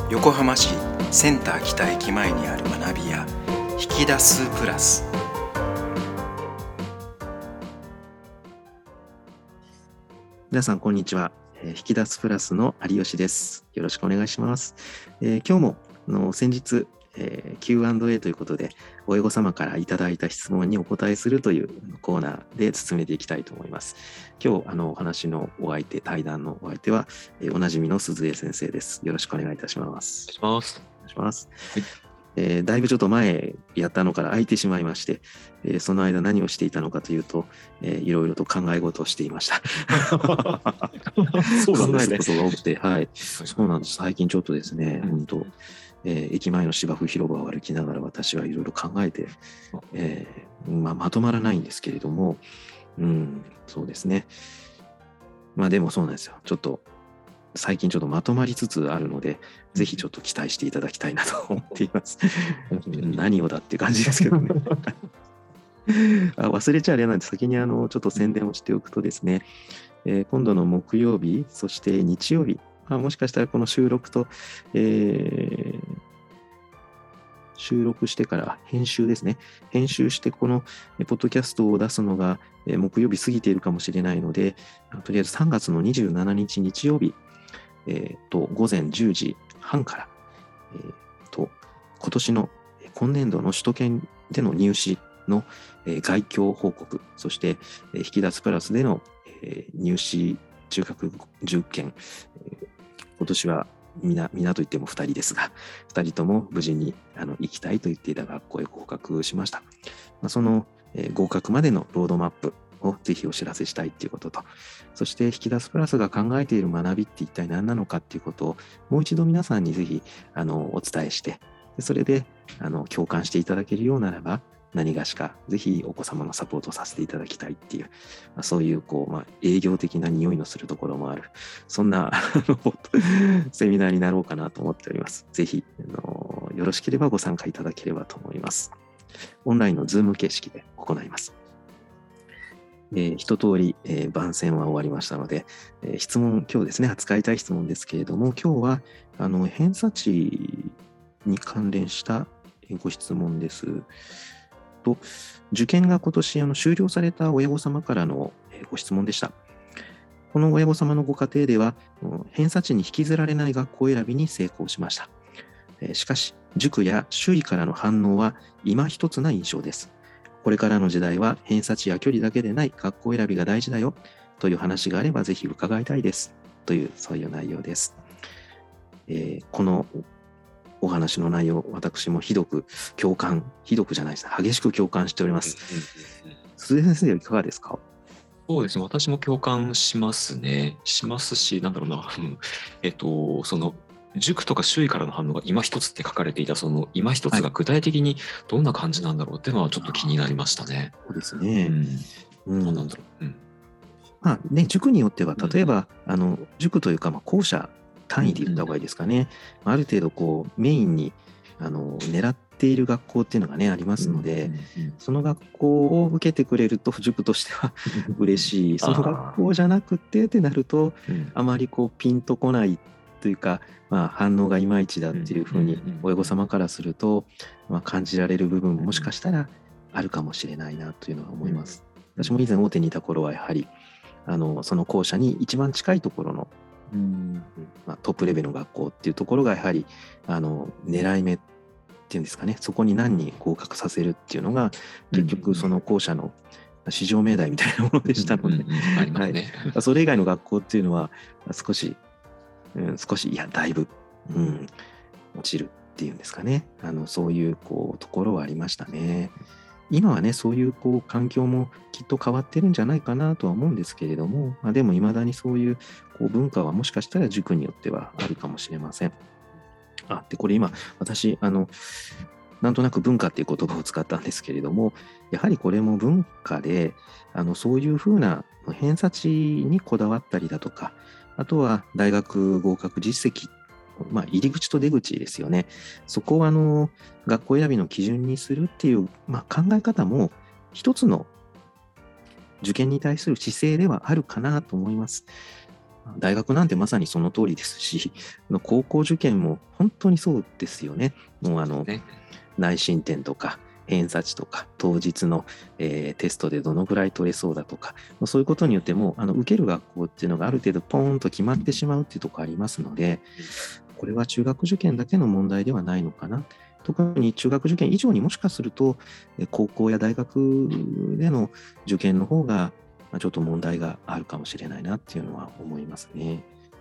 横浜市センター北駅前にある学び屋引き出すプラス。 皆さんこんにちは。引き出すプラスの有吉です。よろしくお願いします。今日も先日、Q&A ということで親御様からいただいた質問にお答えするというコーナーで進めていきたいと思います。今日お話のお相手、対談のお相手は、おなじみの鈴江先生です。よろしくお願いいたします。 お願いします。 お願いします。だいぶちょっと前やったのから空いてしまいまして、その間何をしていたのかというと、いろいろと考え事をしていました。 そうなんですね。 考えることが多くて、はい、そうなんです。最近ちょっとですね、本当、駅前の芝生広場を歩きながら私はいろいろ考えて、まとまらないんですけれども、そうですね。でもそうなんですよ。ちょっと最近ちょっとまとまりつつあるので、ぜひちょっと期待していただきたいなと思っています。何をだっていう感じですけどね。忘れちゃあれなんで、先にちょっと宣伝をしておくとですね、今度の木曜日、そして日曜日、もしかしたらこの収録と、収録してから編集ですね。編集してこのポッドキャストを出すのが木曜日過ぎているかもしれないので、とりあえず3月の27日日曜日、午前10時半から、今年の今年度の首都圏での入試の概況報告、そして引き出すプラスでの入試中学受験、今年は皆といっても2人ですが、2人とも無事に行きたいと言っていた学校へ合格しました。その合格までのロードマップをぜひお知らせしたいということと、そして引き出すプラスが考えている学びって一体何なのかっていうことをもう一度皆さんにぜひお伝えして、それで共感していただけるようならば何がしかぜひお子様のサポートさせていただきたいっていう、そういう営業的な匂いのするところもある、そんなセミナーになろうかなと思っております。ぜひよろしければご参加いただければと思います。オンラインのズーム形式で行います。一通り、番宣は終わりましたので、質問、今日ですね、扱いたい質問ですけれども、今日は偏差値に関連したご質問です。受験が今年終了された親御様からのご質問でした。この親御様のご家庭では、偏差値に引きずられない学校選びに成功しました。しかし、塾や周囲からの反応は今一つな印象です。これからの時代は偏差値や距離だけでない学校選びが大事だよという話があればぜひ伺いたいですという、そういう内容です。このお話の内容、私もひどくじゃないです。激しく共感しております。鈴江先生はいかがですか？ そうですね。私も共感しますね。しますし、なんだろうな。その塾とか周囲からの反応が今一つって書かれていた、その今一つが具体的にどんな感じなんだろうっていうのはちょっと気になりましたね。 そうですね。 なんだろう。塾によっては、例えば、塾というか、校舎単位で言った方がいいですかね。ある程度メインに狙っている学校っていうのがねありますので、その学校を受けてくれると塾としては嬉しい。その学校じゃなくてってなると、あまりピンとこないというか、反応がいまいちだっていうふうに親御様からすると、感じられる部分ももしかしたらあるかもしれないなというのは思います。私も以前大手にいた頃はやはりその校舎に一番近いところのトップレベルの学校っていうところがやはり狙い目っていうんですかね、そこに何人合格させるっていうのが結局その校舎の至上命題みたいなものでしたので、それ以外の学校っていうのは少しいやだいぶ、落ちるっていうんですかね、そういうところはありましたね。今はね、そういう環境もきっと変わってるんじゃないかなとは思うんですけれども、でも未だにそういう文化はもしかしたら塾によってはあるかもしれません。で、これ今、私、なんとなく文化っていう言葉を使ったんですけれども、やはりこれも文化で、そういうふうな偏差値にこだわったりだとか、あとは大学合格実績、入り口と出口ですよね。そこを学校選びの基準にするっていう、考え方も一つの受験に対する姿勢ではあるかなと思います。 大学なんてまさにその通りですし、高校受験も本当にそうですよね。もうね。 内申点とか偏差値とか当日の、テストでどのぐらい取れそうだとか、そういうことによっても受ける学校っていうのがある程度ポーンと決まってしまうっていうところありますので、これは中学受験だけの問題ではないのかな。特に中学受験以上にもしかすると高校や大学での受験の方がちょっと問題があるかもしれないなっていうのは思いますね。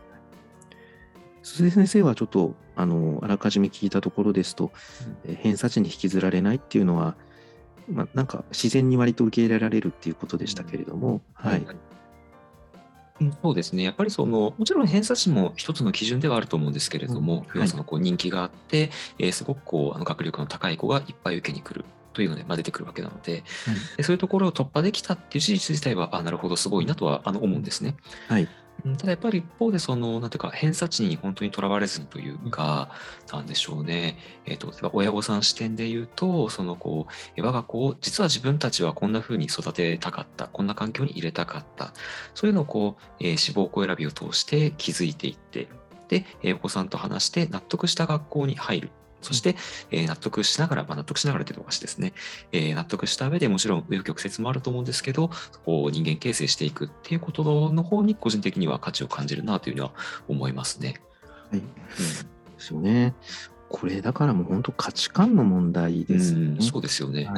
鈴江先生はちょっとあらかじめ聞いたところですと、偏差値に引きずられないっていうのは、なんか自然に割と受け入れられるっていうことでしたけれども、はい。 そうですね。やっぱりもちろん偏差値も一つの基準ではあると思うんですけれども、要は人気があって、すごく学力の高い子がいっぱい受けに来るというので、出てくるわけなので、でそういうところを突破できたっていう事実自体は、なるほど、すごいなとは思うんですね。 はい。 ただやっぱり一方でなんていうか偏差値に本当にとらわれずにというか、なんでしょうね。例えば親御さん視点で言うと、我が子を実は自分たちはこんな風に育てたかった、こんな環境に入れたかった、そういうのを志望校選びを通して気づいていって、で、お子さんと話して納得した学校に入る。そして、納得しながらというとおかしいですね。納得した上でもちろん紆余曲折もあると思うんですけど、人間形成していくっていうことの方に個人的には価値を感じるなというのは思いますね。 はい。ですよね。これだからもう本当価値観の問題ですね。 そうですよね。 はい。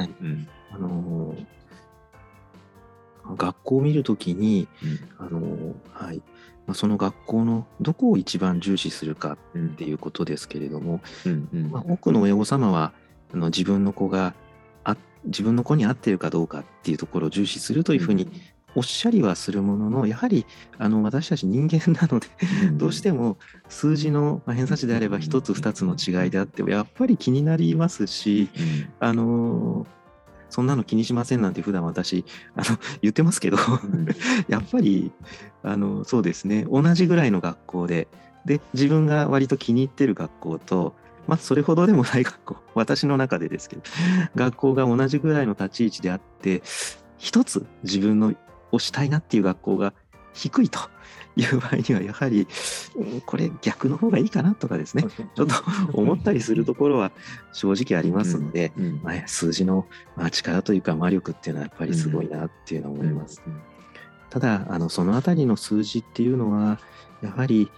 学校を見るときに、はい。その学校のどこを一番重視するかっていうことですけれども、多くの親御様は自分の子に合っているかどうかっていうところを重視するというふうにおっしゃりはするものの、やはり私たち人間なのでどうしても数字の偏差値であれば1つ2つの違いであってもやっぱり気になりますし、そんなの気にしませんなんて普段私言ってますけどやっぱりそうですね、同じぐらいの学校で自分が割と気に入ってる学校とそれほどでもない学校、私の中でですけど学校が同じぐらいの立ち位置であって一つ自分の推したいなっていう学校が低いという場合にはやはりこれ逆の方がいいかなとかですねちょっと思ったりするところは正直ありますので、数字の力というか魔力っていうのはやっぱりすごいなっていうのを思います。ただそのあたりの数字っていうのはやはり、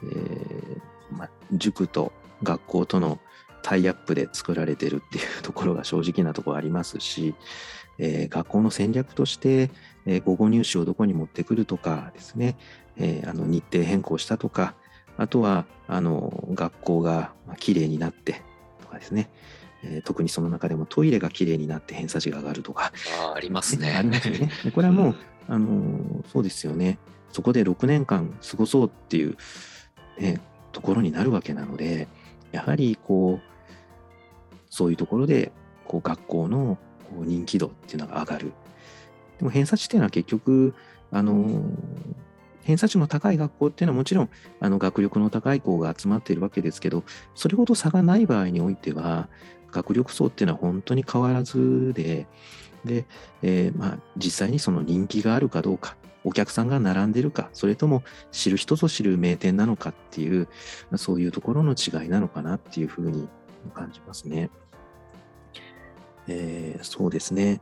塾と学校とのタイアップで作られてるっていうところが正直なところありますし、学校の戦略として、午後入試をどこに持ってくるとかですね、日程変更したとか、あとは学校がきれいになってとかですね、特にその中でもトイレがきれいになって偏差値が上がるとかありますね。 ありますよね。これはもうそうですよね。そこで6年間過ごそうっていう、ところになるわけなので、やはりそういうところで学校の人気度っていうのが上がる。でも偏差値っていうのは結局偏差値の高い学校っていうのはもちろん学力の高い子が集まっているわけですけど、それほど差がない場合においては学力層っていうのは本当に変わらずで、実際にその人気があるかどうか、お客さんが並んでるか、それとも知る人ぞ知る名店なのかっていう、そういうところの違いなのかなっていうふうに感じますね。そうですね。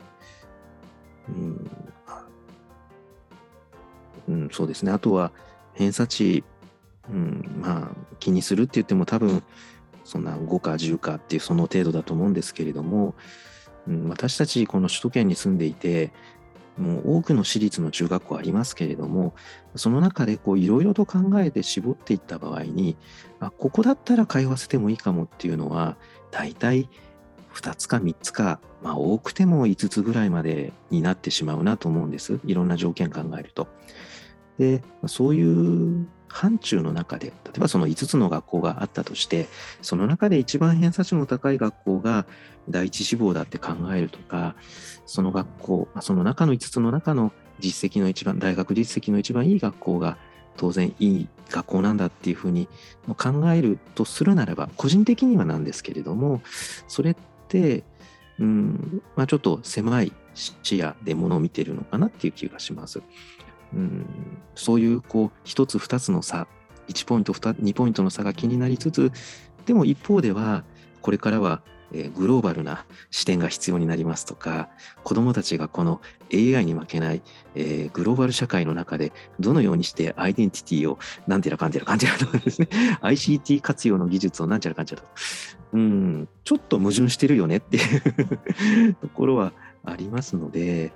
そうですね。あとは偏差値、気にするって言っても多分そんな5か10かっていうその程度だと思うんですけれども、私たちこの首都圏に住んでいて、もう多くの私立の中学校ありますけれども、その中でいろいろと考えて絞っていった場合に、ここだったら通わせてもいいかもっていうのは、だいたい2つか3つか、多くても5つぐらいまでになってしまうなと思うんです。いろんな条件考えると。で、そういう範疇の中で、例えばその5つの学校があったとして、その中で一番偏差値の高い学校が第一志望だって考えるとか、その学校、その中の5つの中の実績の一番、大学実績の一番いい学校が当然いい学校なんだっていうふうに考えるとするならば、個人的にはなんですけれども、それって、ちょっと狭い視野でものを見てるのかなっていう気がします。 そういうこう1つ2つの差、1ポイント2ポイントの差が気になりつつ、でも一方ではこれからはグローバルな視点が必要になりますとか、子どもたちがこの AI に負けない、グローバル社会の中でどのようにしてアイデンティティをなんていうらかんていうらかんていうらとかですね、ICT 活用の技術をなんちゃらかんちゃらと、ちょっと矛盾してるよねっていうところはありますので、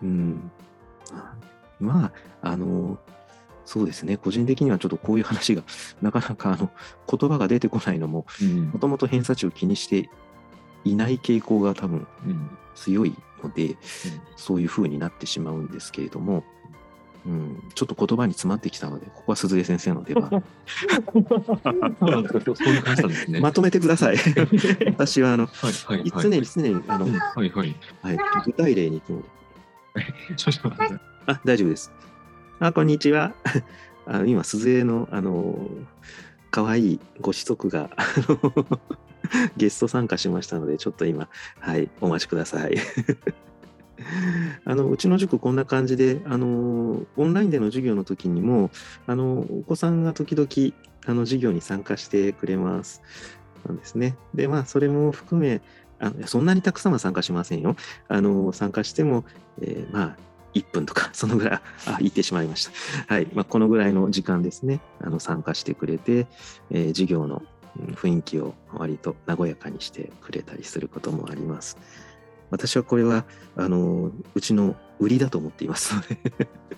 まあそうですね、個人的にはちょっとこういう話がなかなか言葉が出てこないのも、もともと偏差値を気にしていない傾向が多分強いので、そういう風になってしまうんですけれども、ちょっと言葉に詰まってきたので、ここは鈴江先生の出番。 そうなんですか。そういう感じなんですね。 まとめてください。私ははいはいはい。 常にはいはい。 具体例に行くので。 少々待って大丈夫です。こんにちは。今、鈴江の可愛いご子息がゲスト参加しましたので、ちょっと今、お待ちください。うちの塾こんな感じで、オンラインでの授業の時にも、お子さんが時々授業に参加してくれます。なんですね。で、それも含め、そんなにたくさんは参加しませんよ。参加しても、1分とか、そのぐらい、言ってしまいました。このぐらいの時間ですね、参加してくれて、授業の雰囲気を割と和やかにしてくれたりすることもあります。私はこれはうちの売りだと思っていますので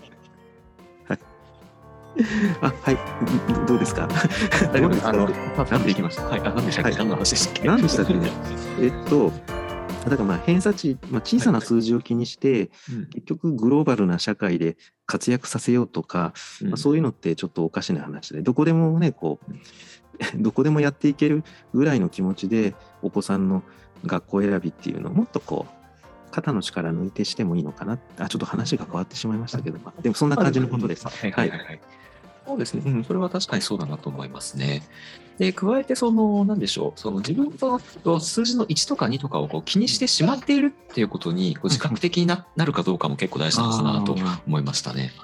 どうですか？ 大丈夫です。何でいきました。何でしたっけ？何の話でしたっけ？ 何でしたっけね。だから偏差値、小さな数字を気にして、結局グローバルな社会で活躍させようとか、そういうのってちょっとおかしな話で、どこでもね、どこでもやっていけるぐらいの気持ちで、お子さんの学校選びっていうのをもっと肩の力抜いてしてもいいのかな。ちょっと話が変わってしまいましたけど、でもそんな感じのことです。 そうですね、それは確かにそうだなと思いますね。で、加えて、何でしょう、自分と数字の1とか2とかを気にしてしまっているっていうことに自覚的になるかどうかも結構大事なのかなと思いましたね。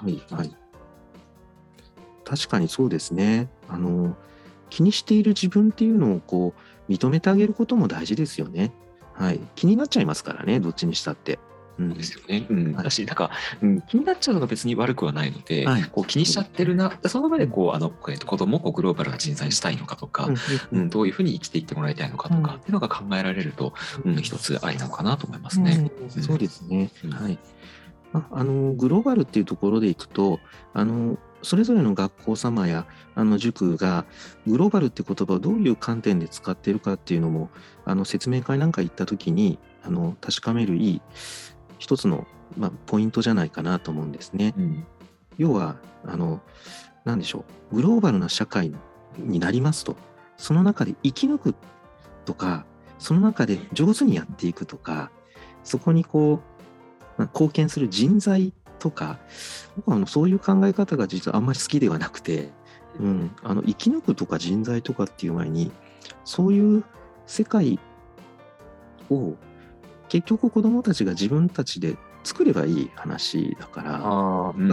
確かにそうですね。気にしている自分っていうのを認めてあげることも大事ですよね。気になっちゃいますからね、どっちにしたって。 そうですよね。だし、気になっちゃうのが別に悪くはないので、気にしちゃってるな、その上で子供をグローバルな人材にしたいのかとか、どういうふうに生きていってもらいたいのかとかっていうのが考えられると、一つありなのかなと思いますね。 そうですね。グローバルっていうところでいくと、それぞれの学校様や塾がグローバルって言葉をどういう観点で使っているかっていうのも説明会なんか行った時に確かめるいい一つの、ポイントじゃないかなと思うんですね。要は何でしょう、グローバルな社会になりますと、その中で生き抜くとか、その中で上手にやっていくとか、そこに貢献する人材とか、僕はそういう考え方が実はあんまり好きではなくて、生き抜くとか人材とかっていう前に、そういう世界を結局子どもたちが自分たちで作ればいい話だから、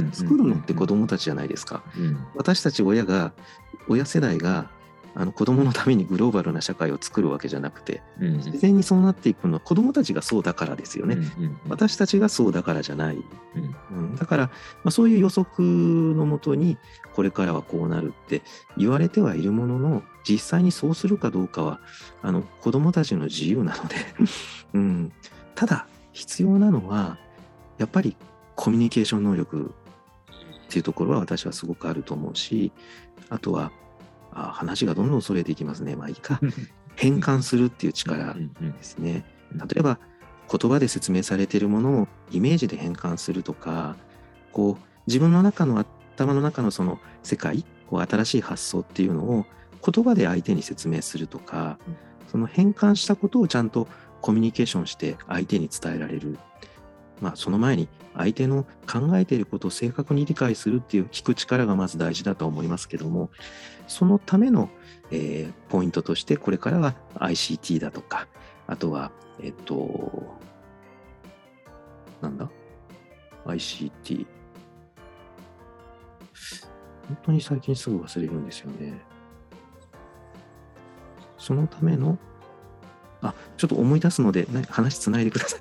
作るのって子どもたちじゃないですか。私たち親世代が子どものためにグローバルな社会を作るわけじゃなくて、自然にそうなっていくのは子どもたちがそうだからですよね。私たちがそうだからじゃない。だから、そういう予測のもとにこれからはこうなるって言われてはいるものの、実際にそうするかどうかは子どもたちの自由なので、ただ必要なのはやっぱりコミュニケーション能力っていうところは私はすごくあると思うし、あとは話がどんどんそれていきますね。いいか。変換するっていう力ですね。例えば言葉で説明されているものをイメージで変換するとか、自分の頭の中のその世界、新しい発想っていうのを言葉で相手に説明するとか、その変換したことをちゃんとコミュニケーションして相手に伝えられる。その前に相手の考えていることを正確に理解するっていう聞く力がまず大事だと思いますけども、そのための、ポイントとしてこれからは ICT だとか、あとはICT 本当に最近すぐ忘れるんですよね。そのための、ちょっと思い出すので、話つないでください。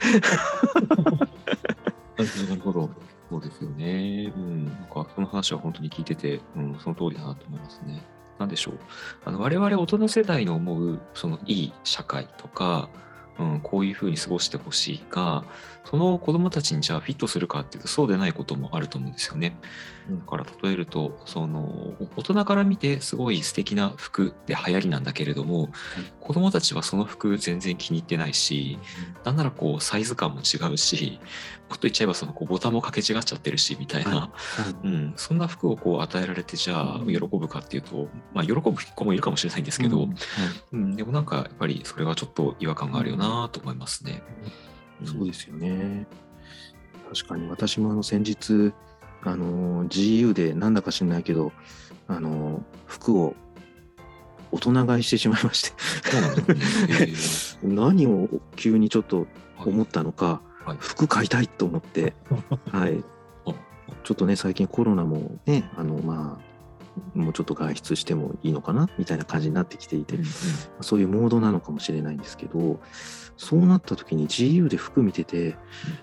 なるほど。そうですよね。なんかその話は本当に聞いてて、その通りだなと思いますね。なんでしょう。我々大人世代の思う、そのいい社会とか、こういうふうに過ごしてほしいが、その子供たちにじゃあフィットするかっていうと、そうでないこともあると思うんですよね。だから例えると、大人から見てすごい素敵な服で流行りなんだけれども、子供たちはその服全然気に入ってないし、なんならこうサイズ感も違うし、もっと言っちゃえばボタンも掛け違っちゃってるしみたいな、そんな服をこう与えられてじゃあ喜ぶかっていうと、喜ぶ子もいるかもしれないんですけど、でもなんかやっぱりそれはちょっと違和感があるよなと思いますね。 そうですよね。確かに私も先日GU でなんだか知んないけど服を大人買いしてしまいましてそうなんですね。 何を急にちょっと思ったのか、 はい服買いたいと思って、はい、ちょっとね最近コロナもねもうちょっと外出してもいいのかなみたいな感じになってきていて、そういうモードなのかもしれないんですけど、そうなった時に GU で服見てて、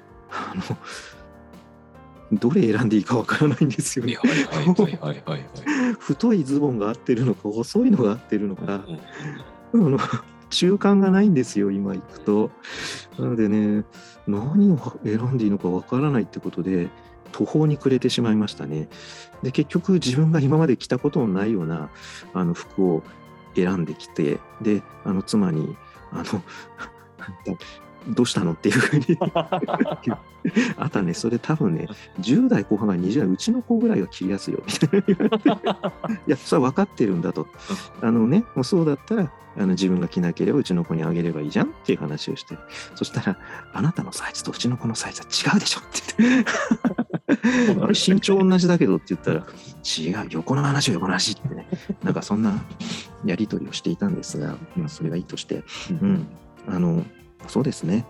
どれ選んでいいかわからないんですよね。太いズボンが合ってるのか細いのが合ってるのか、中間がないんですよ今行くと。なのでね、何を選んでいいのかわからないってことで途方に暮れてしまいましたね。で結局自分が今まで着たことのないような服を選んできて、で妻にどうしたのっていうふうにあとね、それ多分ね10代後半が20代うちの子ぐらいが着るやつよみたいな言われていやそれは分かってるんだと、もうそうだったら自分が着なければうちの子にあげればいいじゃんっていう話をして、そしたらあなたのサイズとうちの子のサイズは違うでしょって言ってあれ身長同じだけどって言ったら違う、横の話は横の話ってね、なんかそんなやり取りをしていたんですが、それはいいとして、そうですね、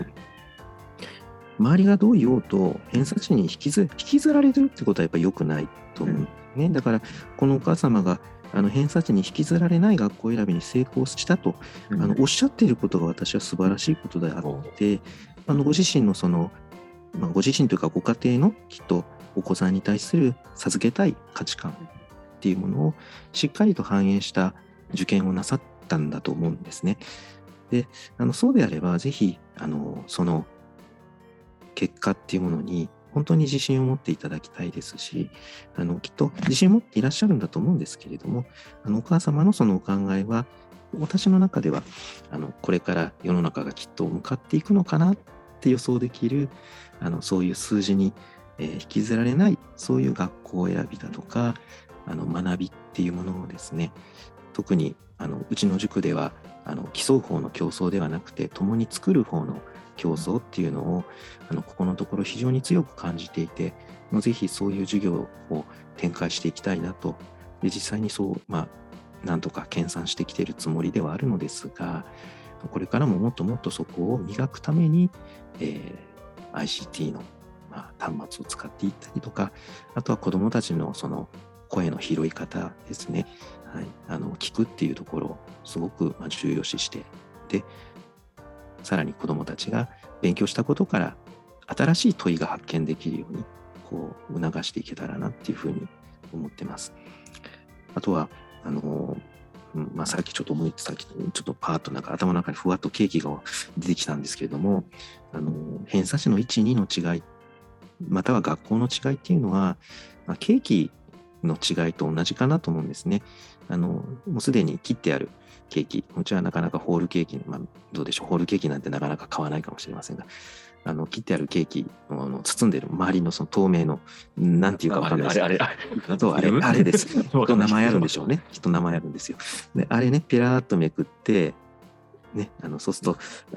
周りがどう言おうと偏差値に引きずられるってことはやっぱり良くないと思うんですね。だからこのお母様が偏差値に引きずられない学校選びに成功したと、おっしゃっていることが私は素晴らしいことであって、ご自身のご自身というかご家庭のきっとお子さんに対する授けたい価値観っていうものをしっかりと反映した受験をなさったんだと思うんですね。でそうであればぜひその結果っていうものに本当に自信を持っていただきたいですし、きっと自信を持っていらっしゃるんだと思うんですけれども、お母様のそのお考えは私の中ではこれから世の中がきっと向かっていくのかなって予想できるそういう数字に、引きずられないそういう学校選びだとか学びっていうものをですね、特にうちの塾では競う方の競争ではなくて共に作る方の競争っていうのをここのところ非常に強く感じていて、ぜひそういう授業を展開していきたいなと。で実際にそうなんとか研鑽してきているつもりではあるのですが、これからももっともっとそこを磨くために、ICT の端末を使っていったりとか、あとは子どもたちのその声の拾い方ですね、聞くっていうところをすごく重要視して、でさらに子どもたちが勉強したことから新しい問いが発見できるようにこう促していけたらなっていうふうに思ってます。あとはさっきちょっと思いついたけど、ちょっとパーッとなんか頭の中にふわっとケーキが出てきたんですけれども、偏差値の1、2の違い、または学校の違いっていうのは、ケーキの違いと同じかなと思うんですね。もうすでに切ってあるケーキ、うちはなかなかホールケーキ、どうでしょう、ホールケーキなんてなかなか買わないかもしれませんが、切ってあるケーキ包んでる周りのその透明のなんていうか分かんないです。あれです。きっと名前あるんでしょうね。きっと名前あるんですよ。であれね、ペラーっとめくってね、そうすると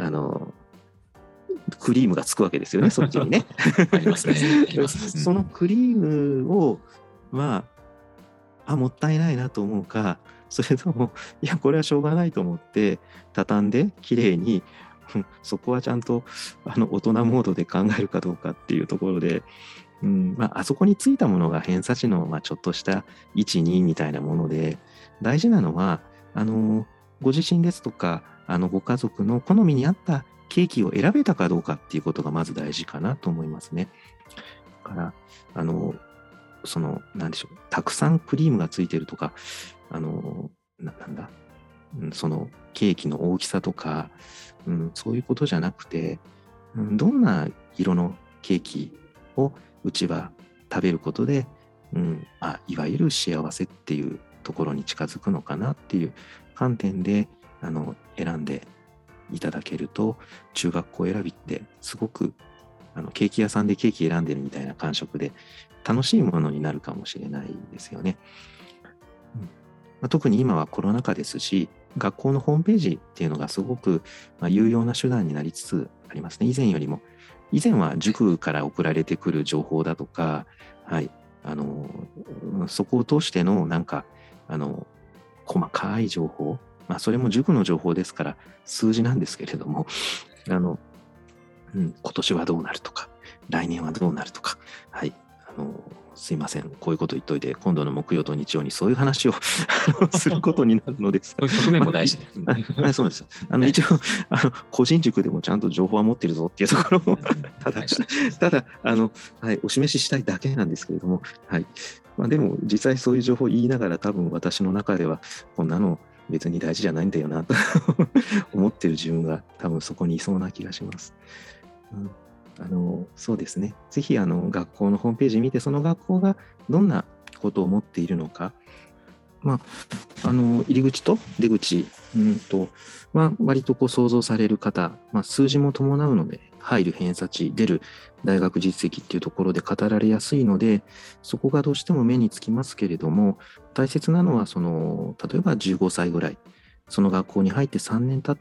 クリームがつくわけですよね、そっちにね。 ありますね。 そのクリームをもったいないなと思うか、それともいやこれはしょうがないと思って畳んできれいにそこはちゃんと大人モードで考えるかどうかっていうところで、 あそこについたものが偏差値の、ちょっとした1、2みたいなもので、大事なのは、ご自身ですとか、ご家族の好みに合ったケーキを選べたかどうかっていうことがまず大事かなと思いますね。だから、なんでしょう、たくさんクリームがついてるとか、なんだ、そのケーキの大きさとか、そういうことじゃなくて、どんな色のケーキをうちは食べることで、いわゆる幸せっていうところに近づくのかなっていう観点で選んでいただけると、中学校選びってすごくケーキ屋さんでケーキ選んでるみたいな感触で楽しいものになるかもしれないですよね。特に今はコロナ禍ですし、学校のホームページっていうのがすごく有用な手段になりつつありますね。以前よりも。以前は塾から送られてくる情報だとか、はい、そこを通しての細かい情報、それも塾の情報ですから数字なんですけれども、今年はどうなるとか、来年はどうなるとか、はい、すいません、こういうこと言っといて、今度の木曜と日曜にそういう話をすることになるのです。 そういう側面も大事ですね。 そうです。一応、個人塾でもちゃんと情報は持ってるぞっていうところもただ、はい、お示ししたいだけなんですけれども、はい。でも、実際そういう情報を言いながら、多分私の中では、こんなの別に大事じゃないんだよな、と思ってる自分が多分そこにいそうな気がします。そうですね。ぜひ学校のホームページ見て、その学校がどんなことを持っているのか、入り口と出口は割と想像される方、数字も伴うので、入る偏差値、出る大学実績っていうところで語られやすいので、そこがどうしても目につきますけれども、大切なのは例えば15歳ぐらい、その学校に入って3年経って、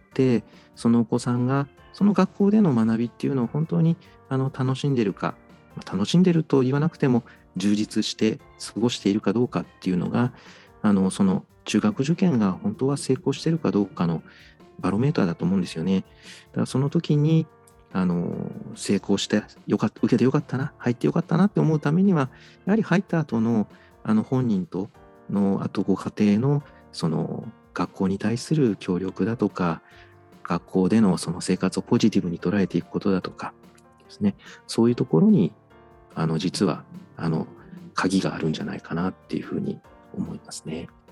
そのお子さんがその学校での学びっていうのを本当に楽しんでるか、楽しんでると言わなくても充実して過ごしているかどうかっていうのが、その中学受験が本当は成功しているかどうかのバロメーターだと思うんですよね。だからその時に成功して受けてよかったな、入ってよかったなって思うためには、やはり入った後の本人とのあとご家庭のその学校に対する協力だとか、学校でのその生活をポジティブに捉えていくことだとかですね、そういうところに実は鍵があるんじゃないかなっていうふうに思いますね。